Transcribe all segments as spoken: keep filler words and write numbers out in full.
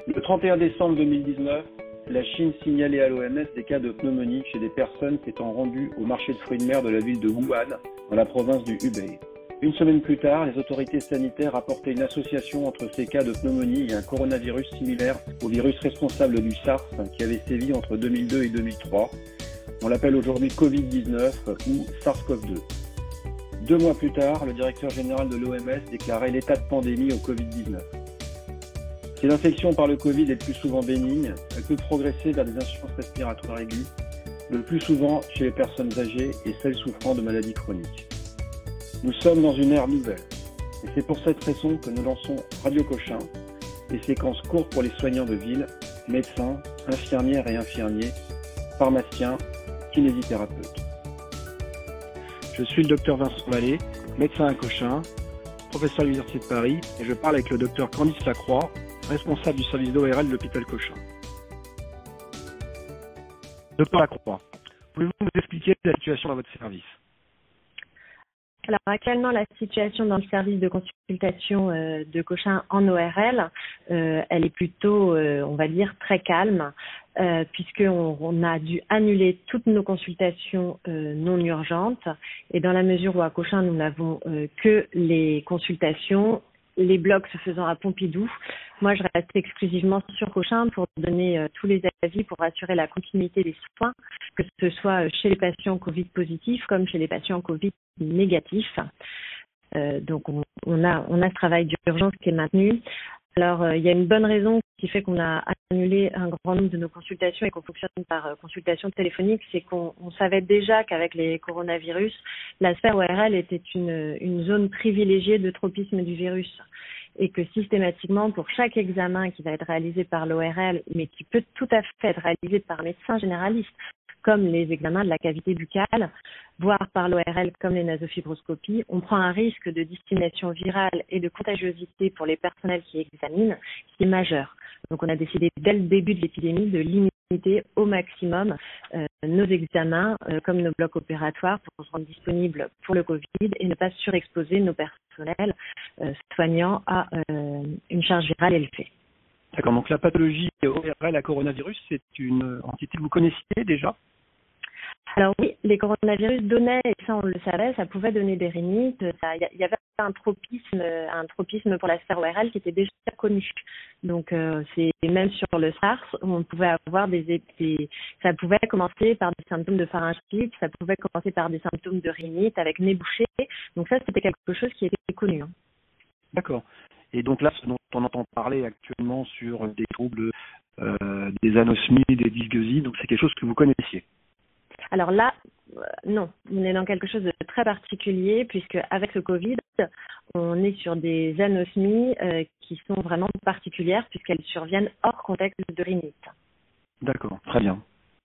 Le trente et un décembre deux mille dix-neuf, la Chine signalait à l'O M S des cas de pneumonie chez des personnes s'étant rendues au marché de fruits de mer de la ville de Wuhan, dans la province du Hubei. Une semaine plus tard, les autorités sanitaires rapportaient une association entre ces cas de pneumonie et un coronavirus similaire au virus responsable du SARS qui avait sévi entre deux mille deux et deux mille trois. On l'appelle aujourd'hui covid dix-neuf ou SARS-CoV deux. Deux mois plus tard, le directeur général de l'O M S déclarait l'état de pandémie au covid dix-neuf. Si l'infection par le Covid est le plus souvent bénigne, elle peut progresser vers des insuffisances respiratoires aiguës, le plus souvent chez les personnes âgées et celles souffrant de maladies chroniques. Nous sommes dans une ère nouvelle, et c'est pour cette raison que nous lançons Radio Cochin, des séquences courtes pour les soignants de ville, médecins, infirmières et infirmiers, pharmaciens, kinésithérapeutes. Je suis le docteur Vincent Vallée, médecin à Cochin, professeur à l'Université de Paris, et je parle avec le docteur Candice Lacroix, responsable du service d'O R L de l'hôpital Cochin. Docteur Lacroix, pouvez-vous nous expliquer la situation dans votre service ? Alors actuellement, la situation dans le service de consultation euh, de Cochin en O R L, euh, elle est plutôt, euh, on va dire, très calme, euh, puisqu'on on a dû annuler toutes nos consultations euh, non urgentes. Et dans la mesure où à Cochin, nous n'avons euh, que les consultations, les blocs se faisant à Pompidou, moi je reste exclusivement sur Cochin pour donner euh, tous les avis pour assurer la continuité des soins, que ce soit chez les patients Covid positifs comme chez les patients Covid négatifs. Euh, donc on, on a on a ce travail d'urgence qui est maintenu. Alors euh, il y a une bonne raison qui fait qu'on a annulé un grand nombre de nos consultations et qu'on fonctionne par euh, consultation téléphonique, c'est qu'on on savait déjà qu'avec les coronavirus, la sphère O R L était une, une zone privilégiée de tropisme du virus et que systématiquement, pour chaque examen qui va être réalisé par l'O R L, mais qui peut tout à fait être réalisé par un médecin généraliste, comme les examens de la cavité buccale, voire par l'O R L comme les nasofibroscopies, on prend un risque de dissémination virale et de contagiosité pour les personnels qui examinent, qui est majeur. Donc on a décidé dès le début de l'épidémie de limiter au maximum euh, nos examens euh, comme nos blocs opératoires pour se rendre disponibles pour le Covid et ne pas surexposer nos personnels euh, soignants à euh, une charge virale élevée. D'accord, donc la pathologie O R L à coronavirus, c'est une entité que vous connaissiez déjà ? Alors oui, les coronavirus donnaient, et ça on le savait, ça pouvait donner des rhinites. Il y avait un tropisme, un tropisme pour la sphère O R L qui était déjà connu. Donc euh, c'est même sur le SARS où on pouvait avoir des, des, ça pouvait commencer par des symptômes de pharyngite, ça pouvait commencer par des symptômes de rhinite avec nez bouché. Donc ça c'était quelque chose qui était connu. D'accord. Et donc là, ce dont on entend parler actuellement sur des troubles, euh, des anosmies, des dysgeusies, donc c'est quelque chose que vous connaissiez. Alors là, euh, non, on est dans quelque chose de très particulier puisque avec le Covid, on est sur des anosmies euh, qui sont vraiment particulières puisqu'elles surviennent hors contexte de rhinite. D'accord, très bien.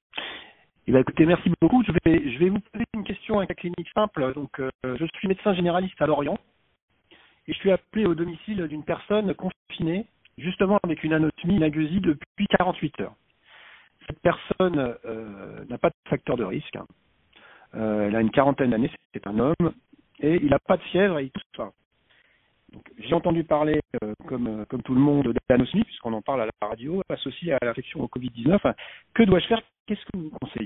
Eh bien, écoutez, merci beaucoup. Je vais, je vais vous poser une question avec la clinique simple. Donc, euh, je suis médecin généraliste à Lorient et je suis appelé au domicile d'une personne confinée, justement avec une anosmie, une agueusie depuis quarante-huit heures. Cette personne euh, n'a pas de facteur de risque. Hein. Euh, elle a une quarantaine d'années, c'est un homme, et il n'a pas de fièvre et il tousse pas. Donc, j'ai entendu parler, euh, comme, comme tout le monde, d'anosmie, puisqu'on en parle à la radio, associée à l'infection au Covid dix-neuf. Que dois-je faire ? Qu'est-ce que vous conseillez ?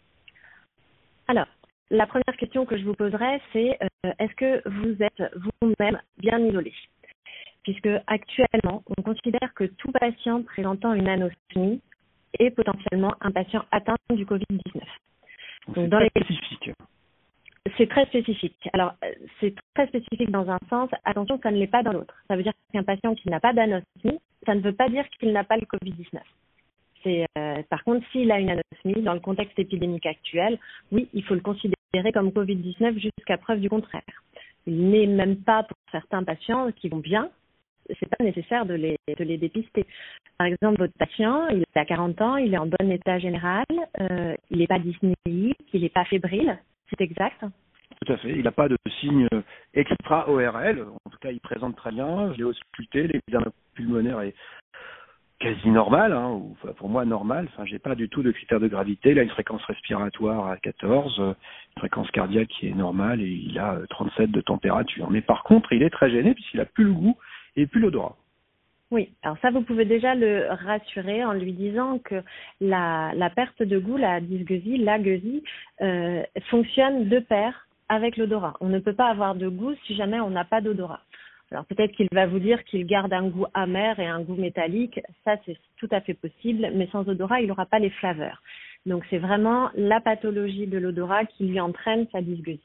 Alors, la première question que je vous poserai, c'est euh, est-ce que vous êtes vous-même bien isolé ? Puisque actuellement, on considère que tout patient présentant une anosmie est potentiellement un patient atteint du Covid dix-neuf. Donc, Donc, c'est dans très les... spécifique. C'est très spécifique. Alors, c'est très spécifique dans un sens. Attention, ça ne l'est pas dans l'autre. Ça veut dire qu'un patient qui n'a pas d'anosmie, ça ne veut pas dire qu'il n'a pas le Covid dix-neuf. C'est, euh, par contre, s'il a une anosmie, dans le contexte épidémique actuel, oui, il faut le considérer comme Covid dix-neuf jusqu'à preuve du contraire. Il n'est même pas, pour certains patients qui vont bien, c'est pas nécessaire de les, de les dépister. Par exemple, votre patient, il a quarante ans, il est en bon état général, euh, il n'est pas dyspnéique, il n'est pas fébrile, c'est exact ? Tout à fait. Il n'a pas de signe extra-O R L. En tout cas, il présente très bien. Je l'ai ausculté. L'examen pulmonaire est quasi normal, hein, ou enfin, pour moi normal. Enfin, j'ai pas du tout de critères de gravité. Il a une fréquence respiratoire à quatorze, une fréquence cardiaque qui est normale et il a trente-sept de température. Mais par contre, il est très gêné puisqu'il a plus le goût et plus l'odorat. Oui, alors ça, vous pouvez déjà le rassurer en lui disant que la, la perte de goût, la dysgeusie, la gueusie, euh, fonctionne de pair avec l'odorat. On ne peut pas avoir de goût si jamais on n'a pas d'odorat. Alors peut-être qu'il va vous dire qu'il garde un goût amer et un goût métallique, ça c'est tout à fait possible, mais sans odorat, il n'aura pas les flaveurs. Donc c'est vraiment la pathologie de l'odorat qui lui entraîne sa dysgeusie.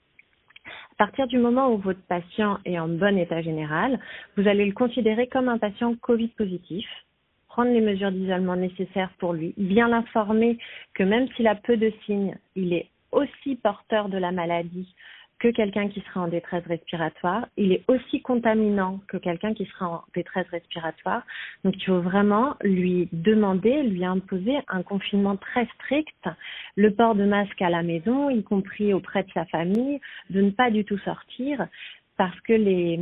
À partir du moment où votre patient est en bon état général, vous allez le considérer comme un patient Covid positif, prendre les mesures d'isolement nécessaires pour lui, bien l'informer que même s'il a peu de signes, il est aussi porteur de la maladie que quelqu'un qui sera en détresse respiratoire. Il est aussi contaminant que quelqu'un qui sera en détresse respiratoire. Donc, il faut vraiment lui demander, lui imposer un confinement très strict, le port de masque à la maison, y compris auprès de sa famille, de ne pas du tout sortir, parce que les,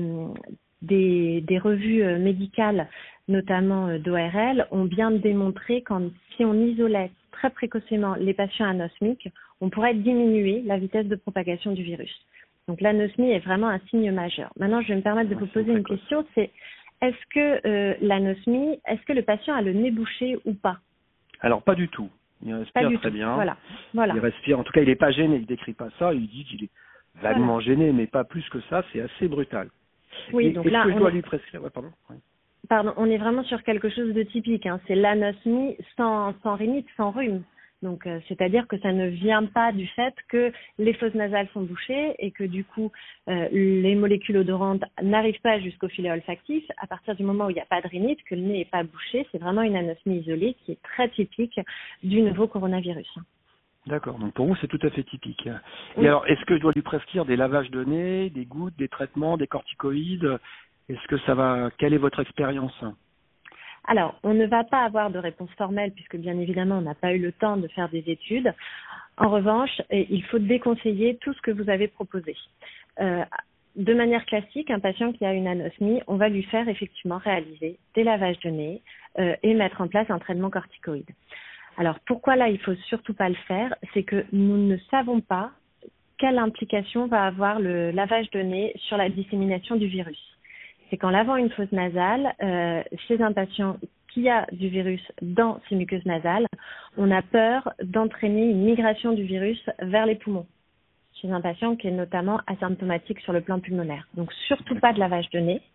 des, des revues médicales, notamment d'O R L, ont bien démontré que si on isolait très précocement les patients anosmiques, on pourrait diminuer la vitesse de propagation du virus. Donc l'anosmie est vraiment un signe majeur. Maintenant, je vais me permettre de vous poser une question, c'est est-ce que euh, l'anosmie, est-ce que le patient a le nez bouché ou pas? Alors pas du tout. Il respire très tout. bien. Voilà. Voilà. Il respire, en tout cas il n'est pas gêné, il ne décrit pas ça, il dit qu'il est vaguement voilà. gêné, mais pas plus que ça, c'est assez brutal. Oui, Et, donc est-ce là, que je dois est... lui prescrire ouais, pardon. Ouais. Pardon, on est vraiment sur quelque chose de typique, hein. C'est l'anosmie sans, sans rhinite, sans rhume. Donc, euh, c'est-à-dire que ça ne vient pas du fait que les fosses nasales sont bouchées et que du coup, euh, les molécules odorantes n'arrivent pas jusqu'au filet olfactif. À partir du moment où il n'y a pas de rhinite, que le nez n'est pas bouché, c'est vraiment une anosmie isolée qui est très typique du nouveau coronavirus. D'accord, donc pour vous, c'est tout à fait typique. Oui. Et alors, est-ce que je dois lui prescrire des lavages de nez, des gouttes, des traitements, des corticoïdes? Est-ce que ça va... Quelle est votre expérience? Alors, on ne va pas avoir de réponse formelle puisque bien évidemment, on n'a pas eu le temps de faire des études. En revanche, il faut déconseiller tout ce que vous avez proposé. Euh, de manière classique, un patient qui a une anosmie, on va lui faire effectivement réaliser des lavages de nez euh, et mettre en place un traitement corticoïde. Alors, pourquoi là, il ne faut surtout pas le faire? C'est que nous ne savons pas quelle implication va avoir le lavage de nez sur la dissémination du virus. C'est qu'en lavant une fosse nasale, euh, chez un patient qui a du virus dans ses muqueuses nasales, on a peur d'entraîner une migration du virus vers les poumons, chez un patient qui est notamment asymptomatique sur le plan pulmonaire. Donc, surtout pas de lavage de nez.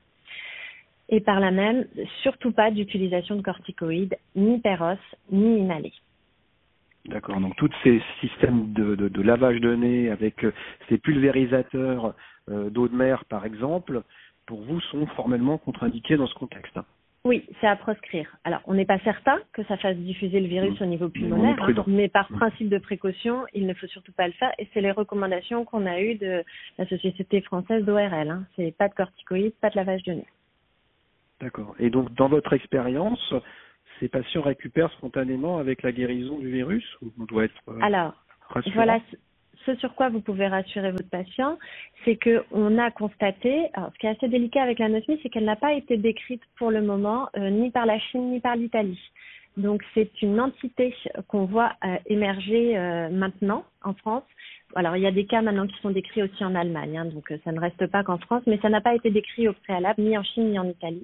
Et par là même, surtout pas d'utilisation de corticoïdes, ni péros, ni inhalés. D'accord, donc tous ces systèmes de, de, de lavage de nez avec euh, ces pulvérisateurs euh, d'eau de mer, par exemple, pour vous, sont formellement contre-indiqués dans ce contexte. Oui, c'est à proscrire. Alors, on n'est pas certain que ça fasse diffuser le virus mmh. au niveau pulmonaire, mais, hein, mais par mmh. principe de précaution, il ne faut surtout pas le faire. Et c'est les recommandations qu'on a eues de la Société française d'O R L. Hein. C'est pas de corticoïdes, pas de lavage de nez. D'accord. Et donc, dans votre expérience, ces patients récupèrent spontanément avec la guérison du virus ou on doit être euh, Alors, rassurant? Voilà. Ce sur quoi vous pouvez rassurer votre patient, c'est qu'on a constaté, alors ce qui est assez délicat avec l'anosmie, c'est qu'elle n'a pas été décrite pour le moment euh, ni par la Chine ni par l'Italie. Donc c'est une entité qu'on voit euh, émerger euh, maintenant en France. Alors il y a des cas maintenant qui sont décrits aussi en Allemagne, hein, donc euh, ça ne reste pas qu'en France, mais ça n'a pas été décrit au préalable ni en Chine ni en Italie.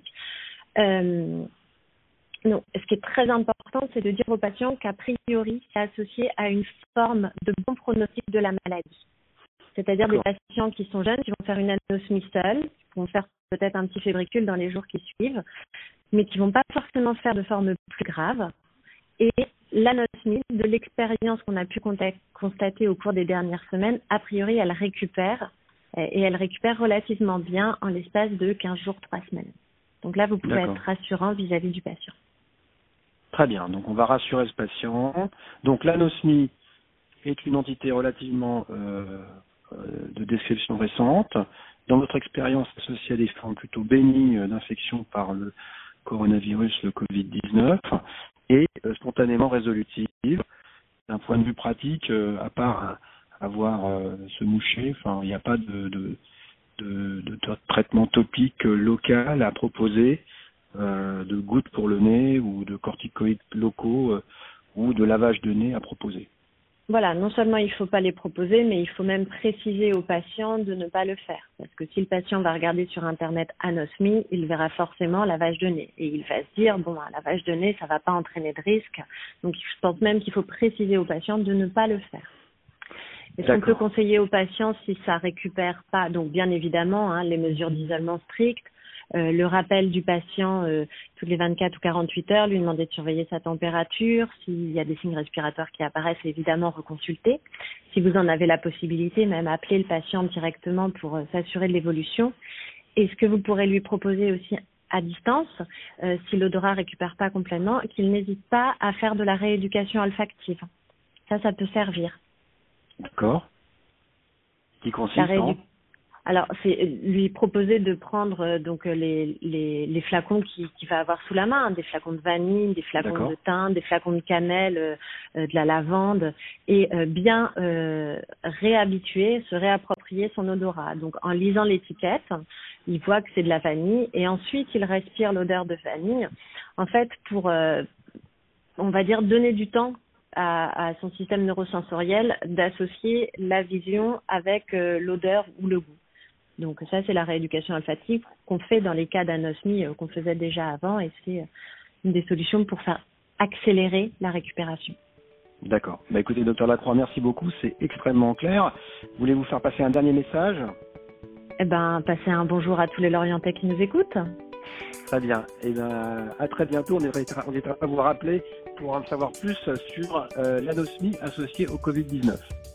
Euh, Non, ce qui est très important, c'est de dire aux patients qu'a priori, c'est associé à une forme de bon pronostic de la maladie. C'est-à-dire des patients qui sont jeunes, qui vont faire une anosmie seule, qui vont faire peut-être un petit fébricule dans les jours qui suivent, mais qui ne vont pas forcément faire de forme plus grave. Et l'anosmie, de l'expérience qu'on a pu constater au cours des dernières semaines, a priori, elle récupère, et elle récupère relativement bien en l'espace de quinze jours, trois semaines. Donc là, vous pouvez être rassurant vis-à-vis du patient. Très bien, donc on va rassurer ce patient. Donc l'anosmie est une entité relativement euh, euh, de description récente. Dans notre expérience associée à des formes plutôt bénignes d'infection par le coronavirus, le covid dix-neuf, et euh, spontanément résolutive. D'un point de vue pratique, euh, à part avoir euh, se moucher, enfin il n'y a pas de, de, de, de, de traitement topique local à proposer. Euh, de gouttes pour le nez ou de corticoïdes locaux euh, ou de lavage de nez à proposer. Voilà, non seulement il ne faut pas les proposer, mais il faut même préciser au patient de ne pas le faire. Parce que si le patient va regarder sur Internet anosmie, il verra forcément lavage de nez. Et il va se dire, bon, un lavage de nez, ça ne va pas entraîner de risque. Donc, je pense même qu'il faut préciser au patient de ne pas le faire. Et ce qu'on peut conseiller aux patients si ça récupère pas, donc bien évidemment, hein, les mesures d'isolement strictes, Euh, le rappel du patient euh, toutes les vingt-quatre ou quarante-huit heures, lui demander de surveiller sa température, s'il y a des signes respiratoires qui apparaissent, évidemment reconsulter. Si vous en avez la possibilité, même appeler le patient directement pour euh, s'assurer de l'évolution. Et ce que vous pourrez lui proposer aussi à distance, euh, si l'odorat récupère pas complètement, qu'il n'hésite pas à faire de la rééducation olfactive. Ça, ça peut servir. D'accord. Qui consiste La réédu- en Alors, c'est lui proposer de prendre euh, donc les, les, les flacons qu'il qui va avoir sous la main, hein, des flacons de vanille, des flacons D'accord. de thym, des flacons de cannelle, euh, euh, de la lavande, et euh, bien euh, réhabituer, se réapproprier son odorat. Donc, en lisant l'étiquette, il voit que c'est de la vanille, et ensuite il respire l'odeur de vanille. En fait, pour, euh, on va dire, donner du temps à, à son système neurosensoriel d'associer la vision avec euh, l'odeur ou le goût. Donc ça, c'est la rééducation olfactive qu'on fait dans les cas d'anosmie euh, qu'on faisait déjà avant, et c'est euh, une des solutions pour faire accélérer la récupération. D'accord. Bah écoutez, docteur Lacroix, merci beaucoup, c'est extrêmement clair. Voulez-vous faire passer un dernier message? Eh ben, passez un bonjour à tous les Lorientais qui nous écoutent. Très bien. Et ben, à très bientôt. On n'hésitera pas à vous rappeler pour en savoir plus sur euh, l'anosmie associée au covid dix-neuf.